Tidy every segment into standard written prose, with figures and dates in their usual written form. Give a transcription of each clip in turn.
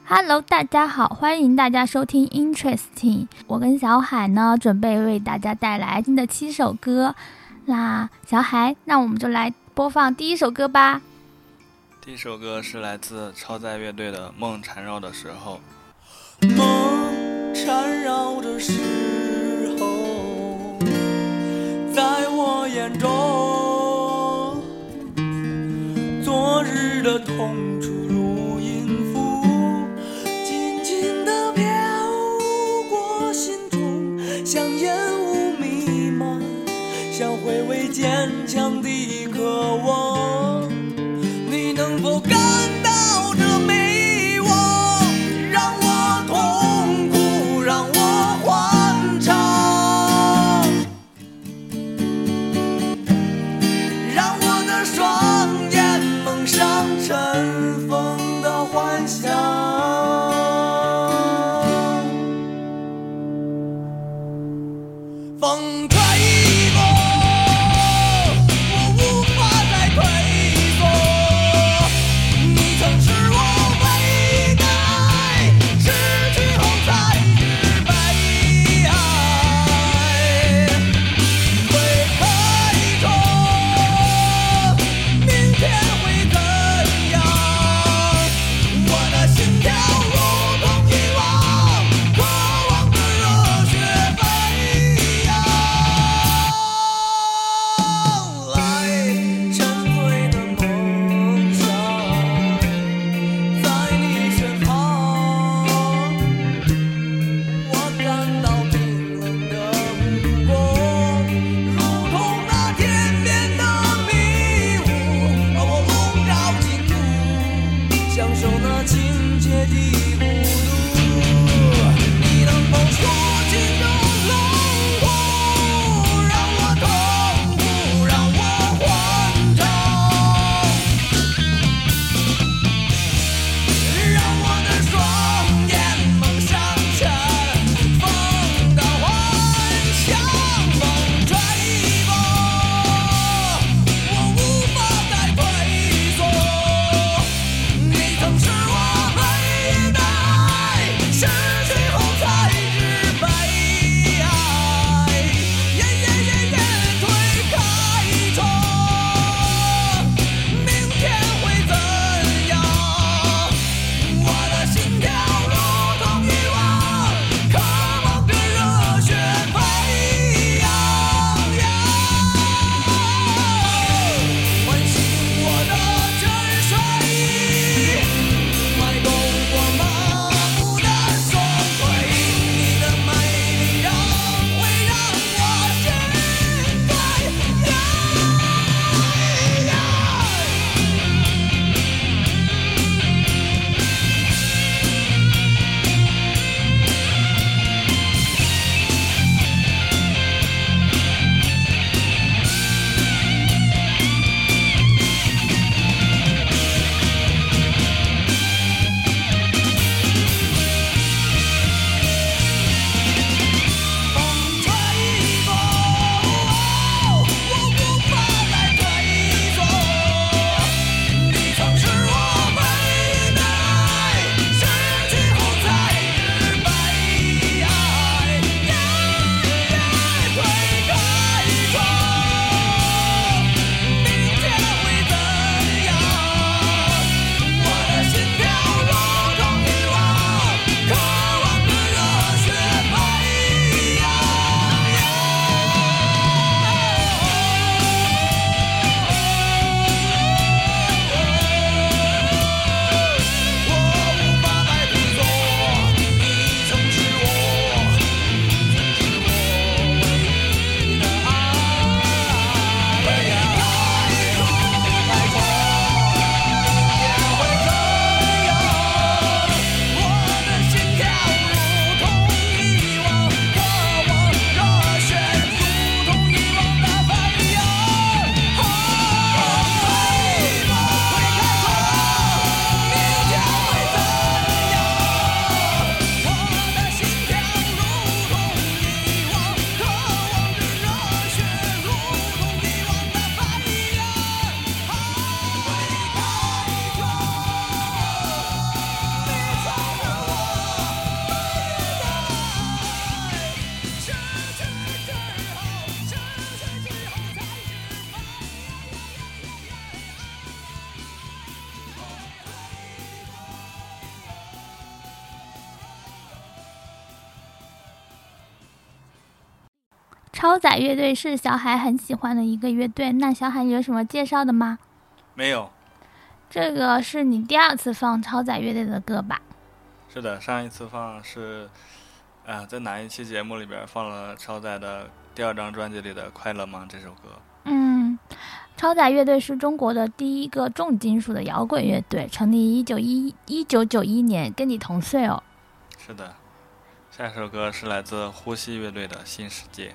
Hello， 大家好，欢迎大家收听 Interesting。我跟小海呢，准备为大家带来新的7首歌。那小海，那我们就来播放第一首歌吧。 第一首歌是来自超载乐队的《梦缠绕的时候》。 梦缠绕的时候，在我眼中，昨日的痛楚如音符，紧紧地飘过心中，像烟雾弥漫，像回味坚强的渴望。你能否感到这迷惘，让我痛苦，让我欢畅。 超载乐队是小海很喜欢的一个乐队，那小海有什么介绍的吗？ 没有。 这个是你第二次放超载乐队的歌吧？ 是的，上一次放是在哪一期节目里边放了超载的第2张专辑里的《快乐吗》这首歌。 超载乐队是中国的第一个重金属的摇滚乐队，成立1991年，跟你同岁哦。 是的，下一首歌是来自呼吸乐队的《新世界》。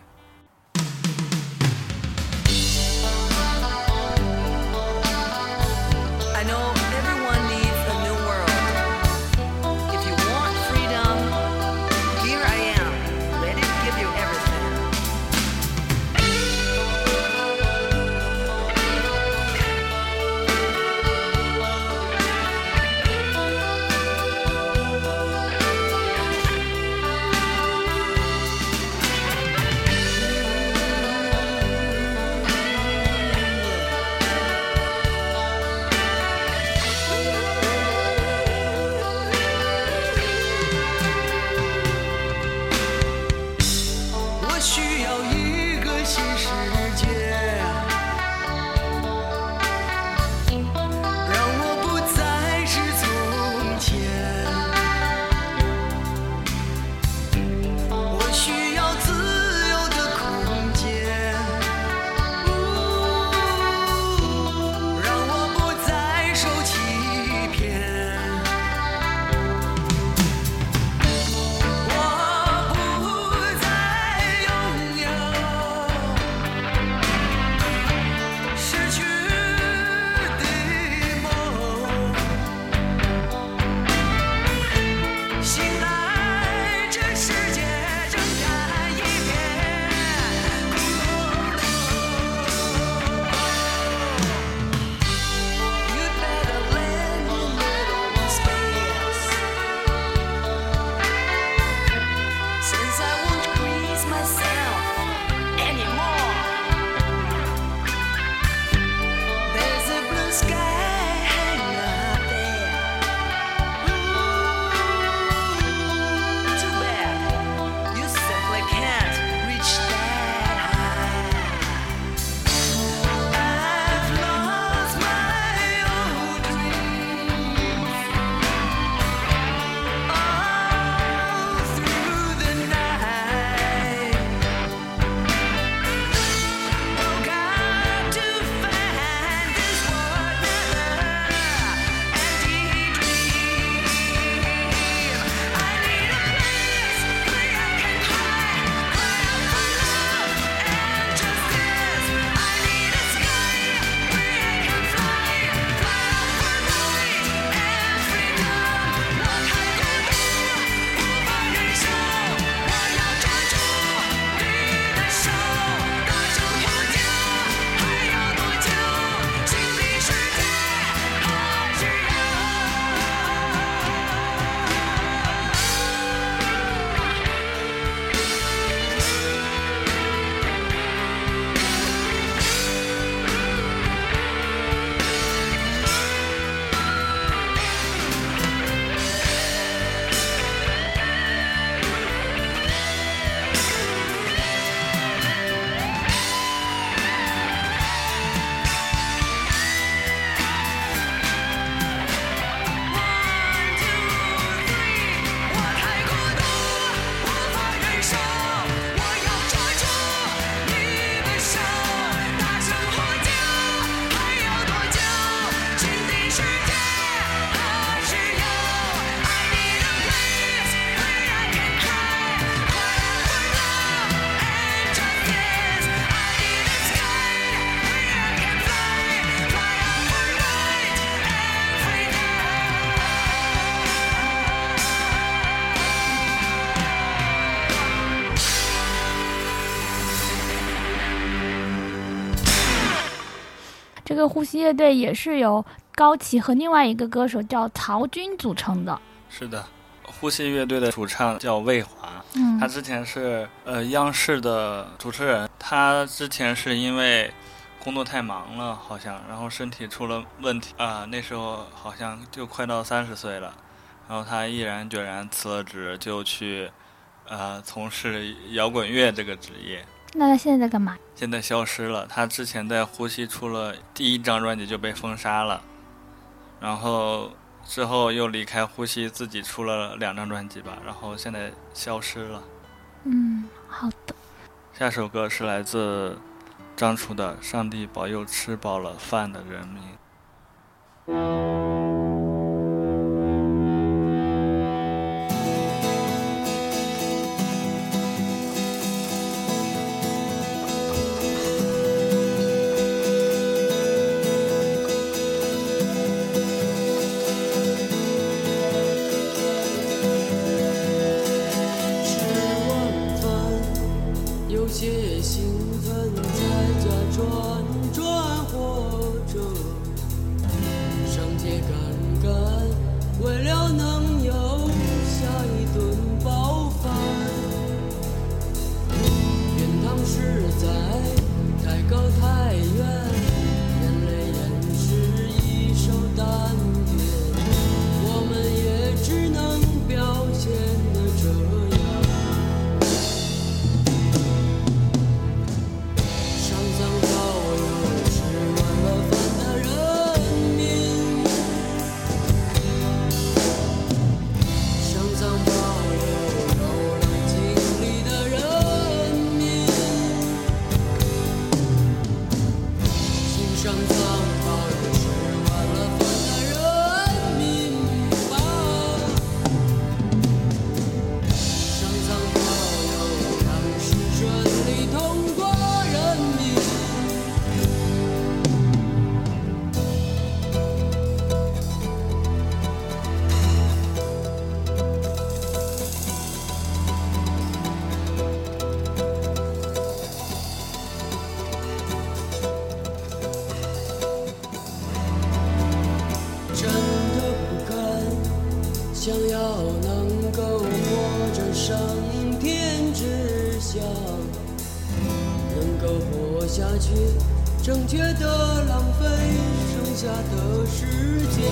这个呼吸乐队也是由高旗和另外一个歌手叫曹军组成的。 是的，呼吸乐队的主唱叫魏华，他之前是央视的主持人，他之前是因为工作太忙了好像，然后身体出了问题那时候好像就快到30岁了，然后他毅然决然辞了职，就去从事摇滚乐这个职业。 那他现在在干嘛？ 现在消失了。他之前在呼吸出了第1张专辑就被封杀了，然后之后又离开呼吸，自己出了2张专辑吧，然后现在消失了。 好的。 下首歌是来自张楚的《上帝保佑吃饱了饭的人民》。 正确的浪费剩下的时间，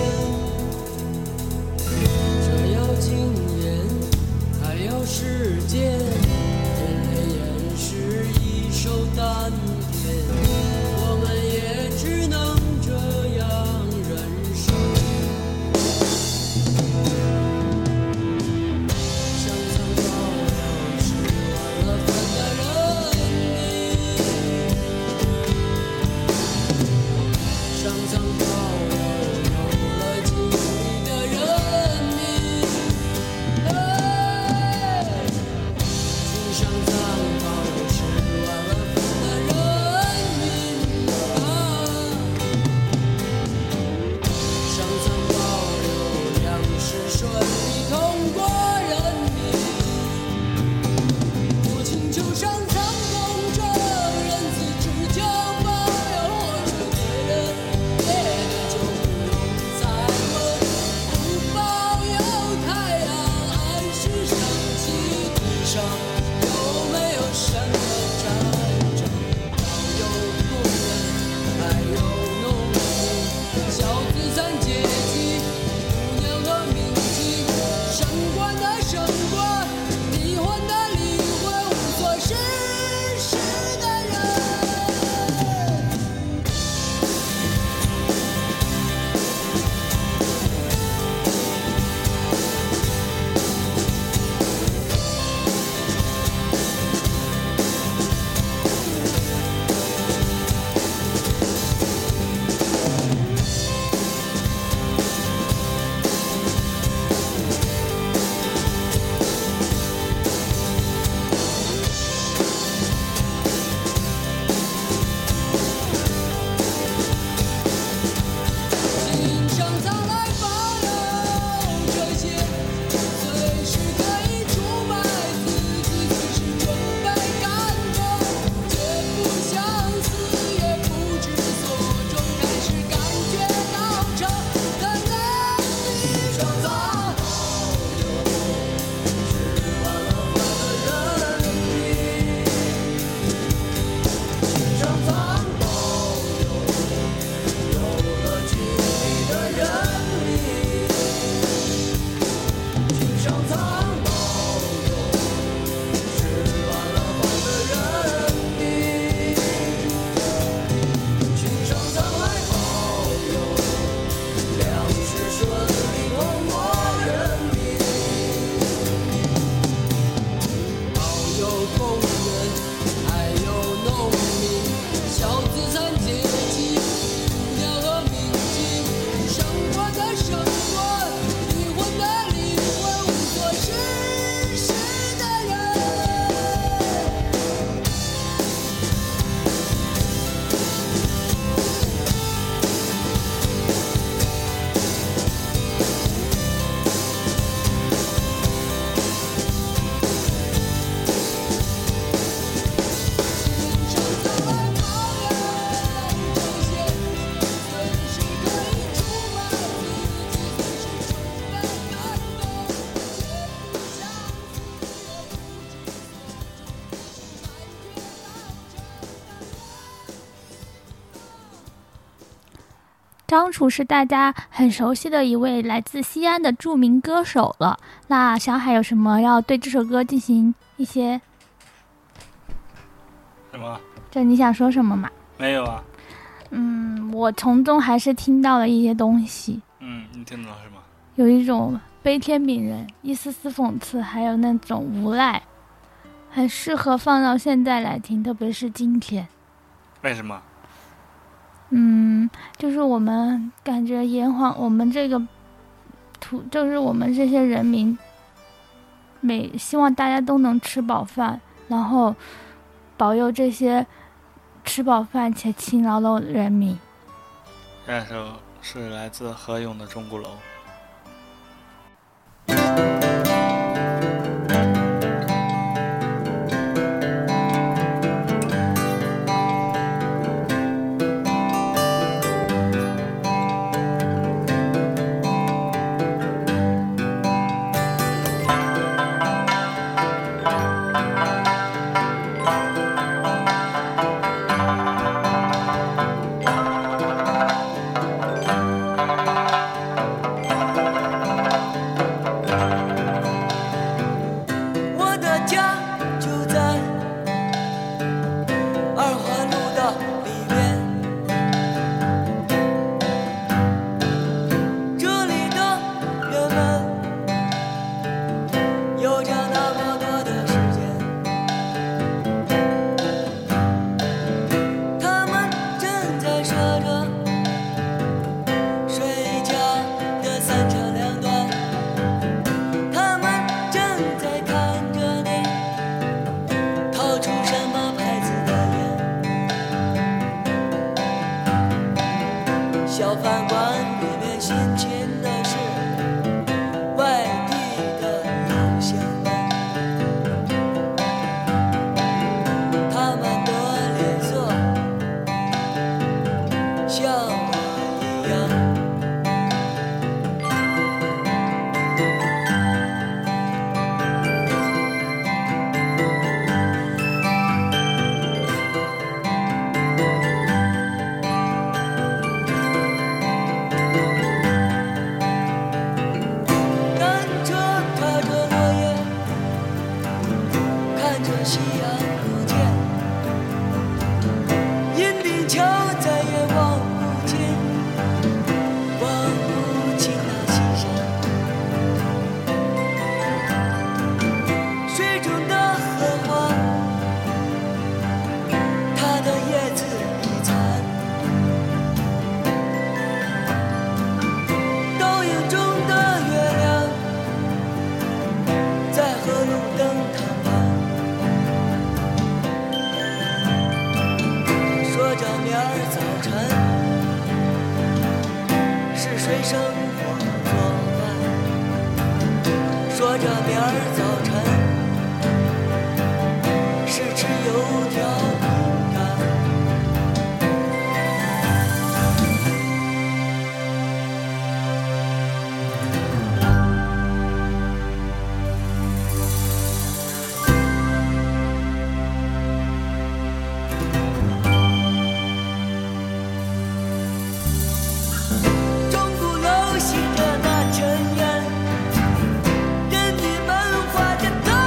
这要经验，还要时间，眼泪掩饰一手丹田，我们也只能这样忍受。上苍保佑吃完了饭的人民，上苍保佑有了经历的人民，请上苍保佑吃完了饭的人民上苍保佑粮食顺利通过人民，不请求上苍公正仁慈，只求保佑活着的人，别的就不用再问，不保佑太阳按时升起，地上有没有神的战争，保佑工人还有农民，小资产阶级，姑娘和民警，升官的升官，离婚的离婚，无所事事的人。 张楚是大家很熟悉的一位来自西安的著名歌手了。那小海有什么要对这首歌进行一些什么？ 这你想说什么吗？ 没有啊。 我从中还是听到了一些东西。 你听到了什么？ 有一种悲天悯人，一丝丝讽刺，还有那种无赖，很适合放到现在来听，特别是今天。 为什么？ 就是我们感觉我们这个就是我们这些人民希望大家都能吃饱饭，然后保佑这些吃饱饭且勤劳的人民。 这首是来自何勇的《钟鼓楼》。 小饭馆里面辛勤的是外地的老乡们，他们的脸色像我一样。夕阳不见，银锭桥再也望不见，望不清那西山。水中的荷花，它的叶子已残。倒影中的月亮，在河路灯塔旁。说着明儿早晨是谁生火做饭？说着明儿早晨是吃油条饼干。人民们画着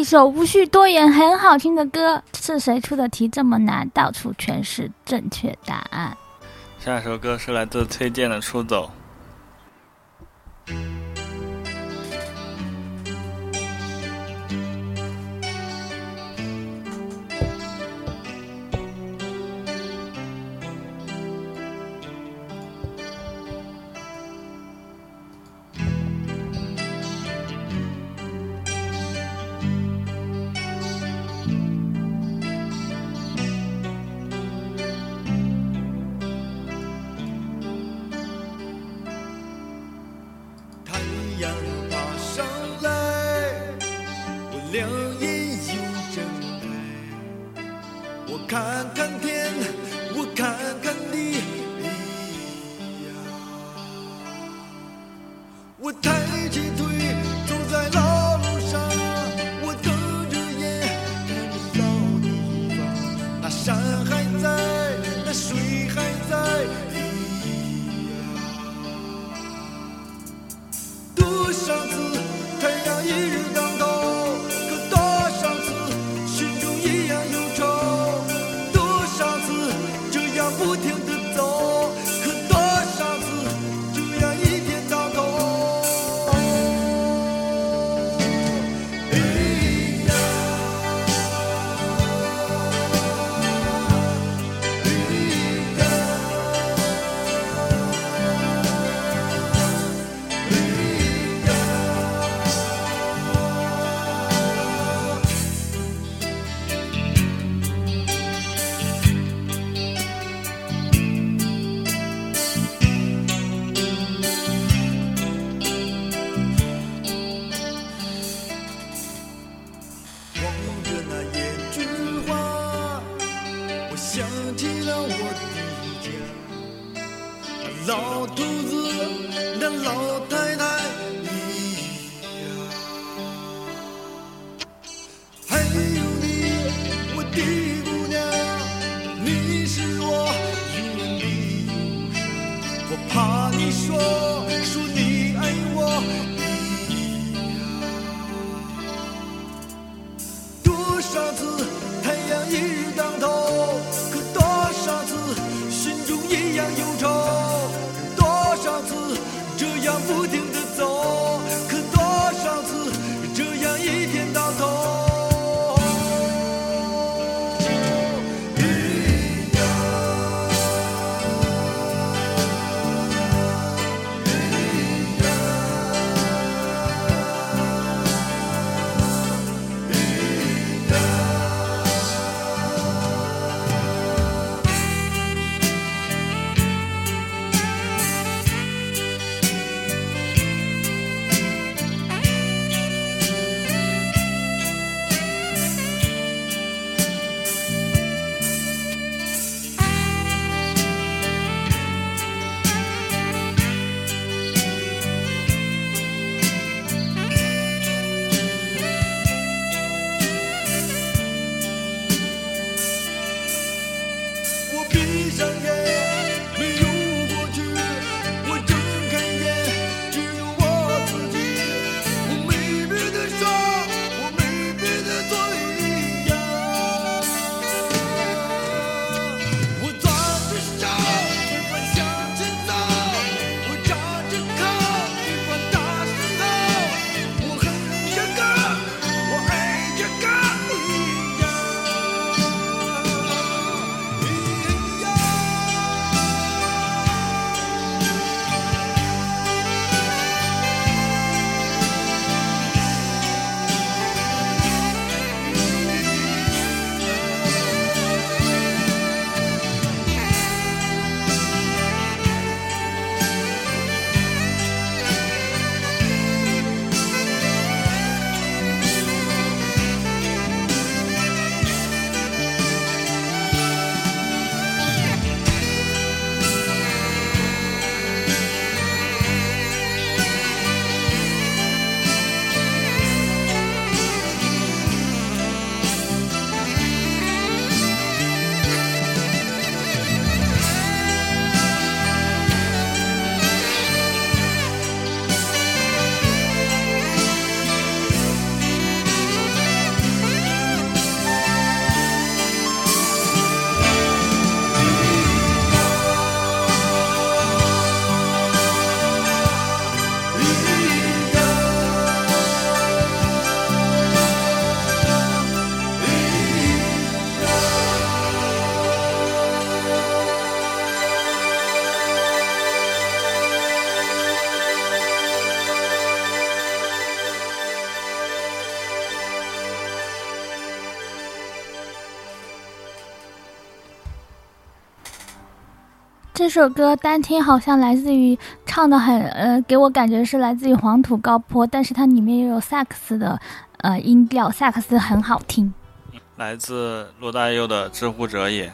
首无需多言很好听的歌。是谁出的题这么难，到处全是正确答案？ 下首歌是来自崔健的《出走》。 看看天，我看看你，我抬起腿走在老路上，我瞪着眼看着老地方，那山还在，那水还在，多少次太阳一日当头，可多少次心中一样忧愁。不停地走，可多少次这样一天到头。想起了我的家，老头子，那老太太，还有你，我的姑娘，你是我永远的忧伤。我怕你说你爱我，多少次太阳一日当头。不停地走，可多少次这样一天到头。 这首歌单听好像来自于唱的很给我感觉是来自于黄土高坡，但是它里面又有萨克斯的音调，萨克斯很好听。 来自罗大佑的《知乎者也》。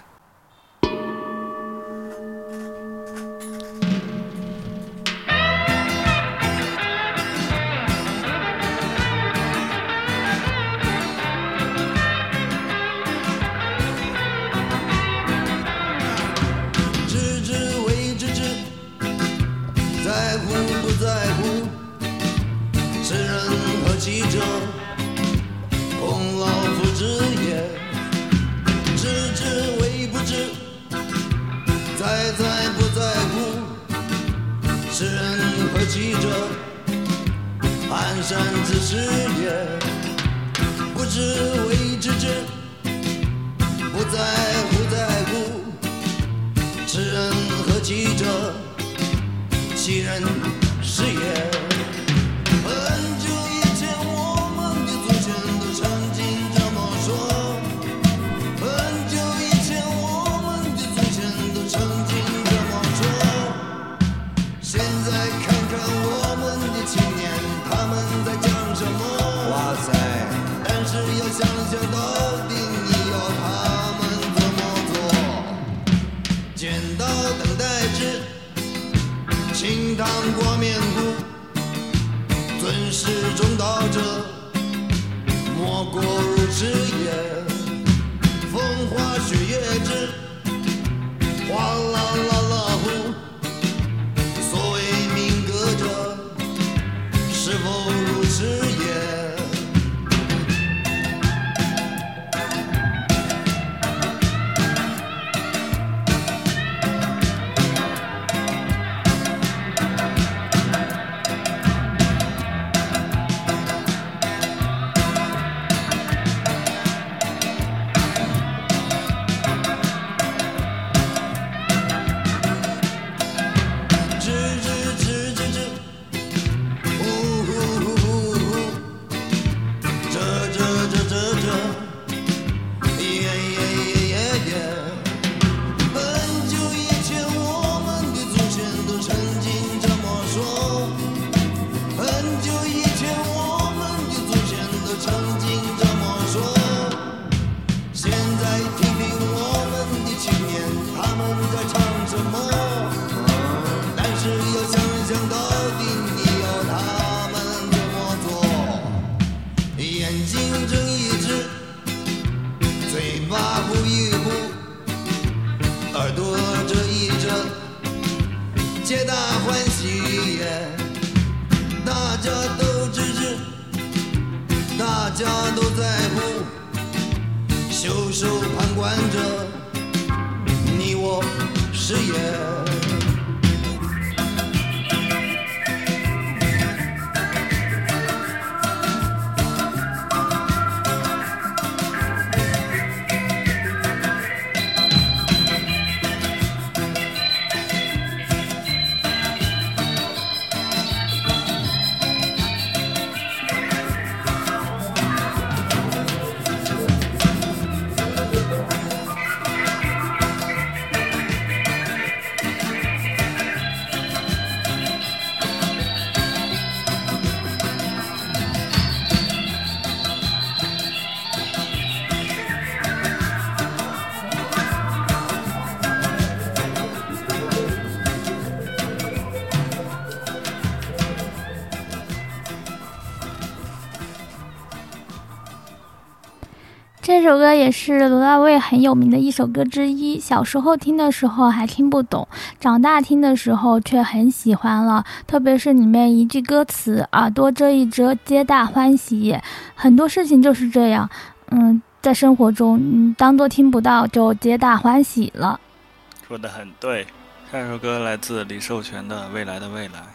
蹒跚之事也，不知为知之，不在乎在乎。知人何其者，其人是也。很久以前，我们的祖先都曾经这么说。很久以前，我们的祖先都曾经这么说。现在看看我们的青年，他们在讲什么？哇塞！但是要想想到底你要他们怎么做？剪刀等待之，清汤挂面糊，尊师重道者，莫过如此也。风花雪月之，哗啦啦啦呼。所谓民歌者，是否如此也？皆大欢喜也，大家都支持，大家都在乎，袖手旁观者，你我是也。 这首歌也是罗大卫很有名的一首歌之一，小时候听的时候还听不懂，长大听的时候却很喜欢了，特别是里面一句歌词，耳朵遮一遮，皆大欢喜。很多事情就是这样，在生活中当作听不到就皆大欢喜了。 说得很对。下一首歌来自李寿全的《未来的未来》。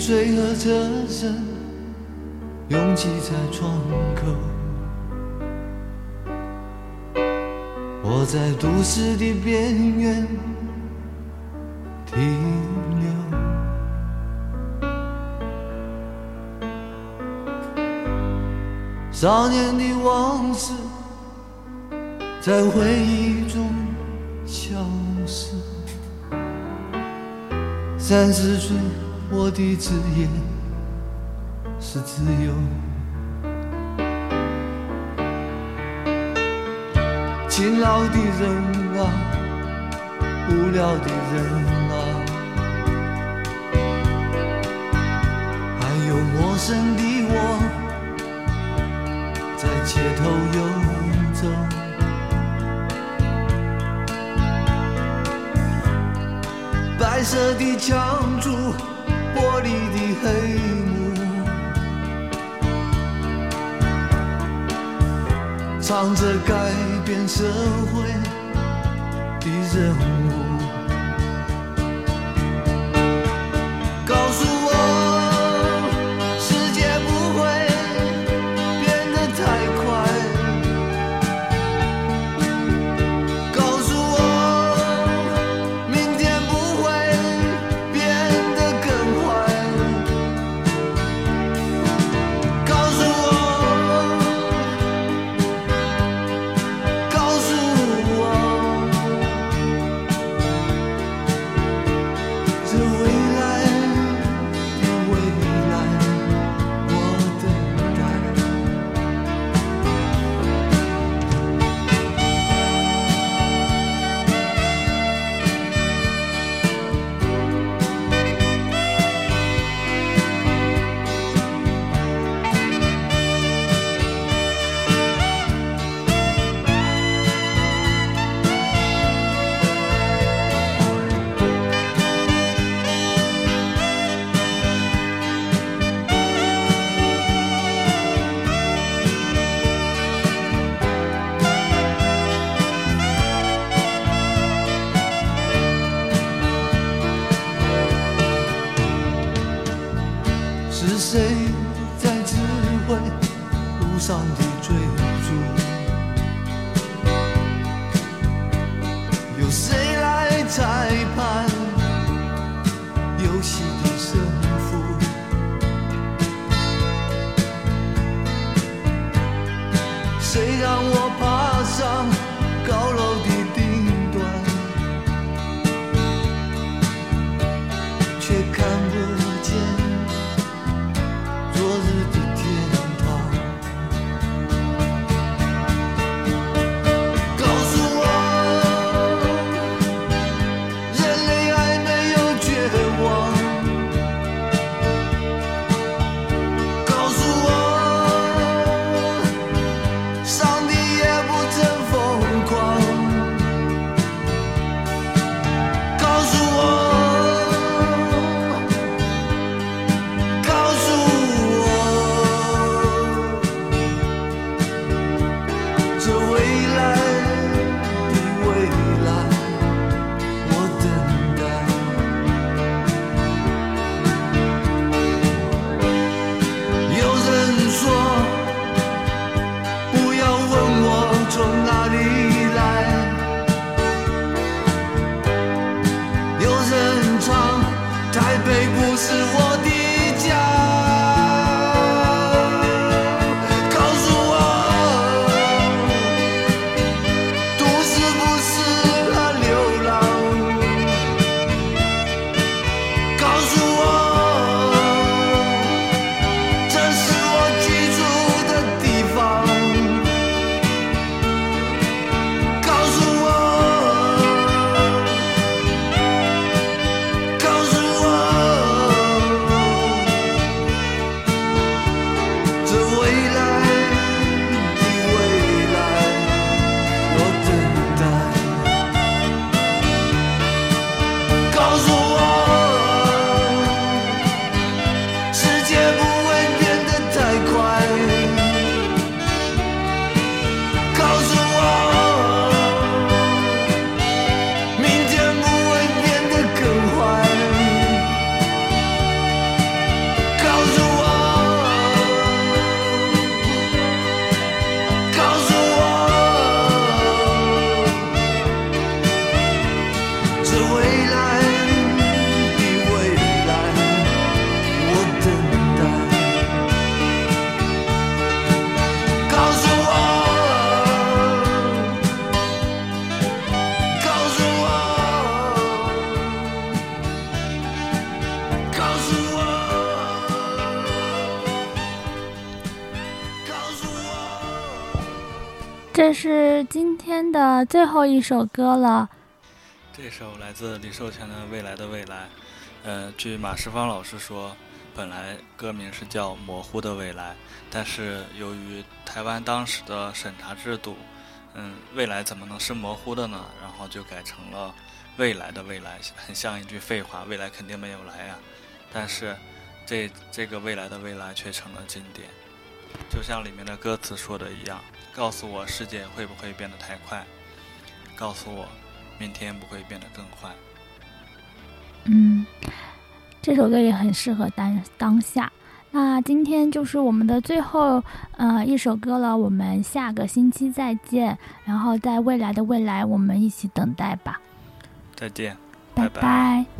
水和车声拥挤在窗口，我在都市的边缘停留。少年的往事在回忆中消失，30岁我的职业是自由，勤劳的人啊，无聊的人啊，还有陌生的我在街头游走，白色的墙柱，玻璃的黑幕，唱着改变社会的任务，告诉我世界不会变得太快，告诉我明天不会变得更坏，告诉我，告诉我，这未来的未来，我等待。是谁在指挥路上的追逐？由谁来裁判游戏的胜负？谁让我爬上高楼的顶端，却看不见昨日的天堂？告诉我，人类还没有绝望。告诉我，上帝也这是今天的最后一首歌了。 这首来自李寿全的《未来的未来》。据马世芳老师说，本来歌名是叫《模糊的未来》，但是由于台湾当时的审查制度，未来怎么能是模糊的呢？然后就改成了未来的未来，很像一句废话，未来肯定没有来呀。但是这个未来的未来却成了经典，就像里面的歌词说的一样，告诉我世界会不会变得太快，告诉我明天不会变得更坏。 这首歌也很适合当下。那今天就是我们的最后一首歌了，我们下个星期再见，然后在未来的未来我们一起等待吧。 再见， 拜拜。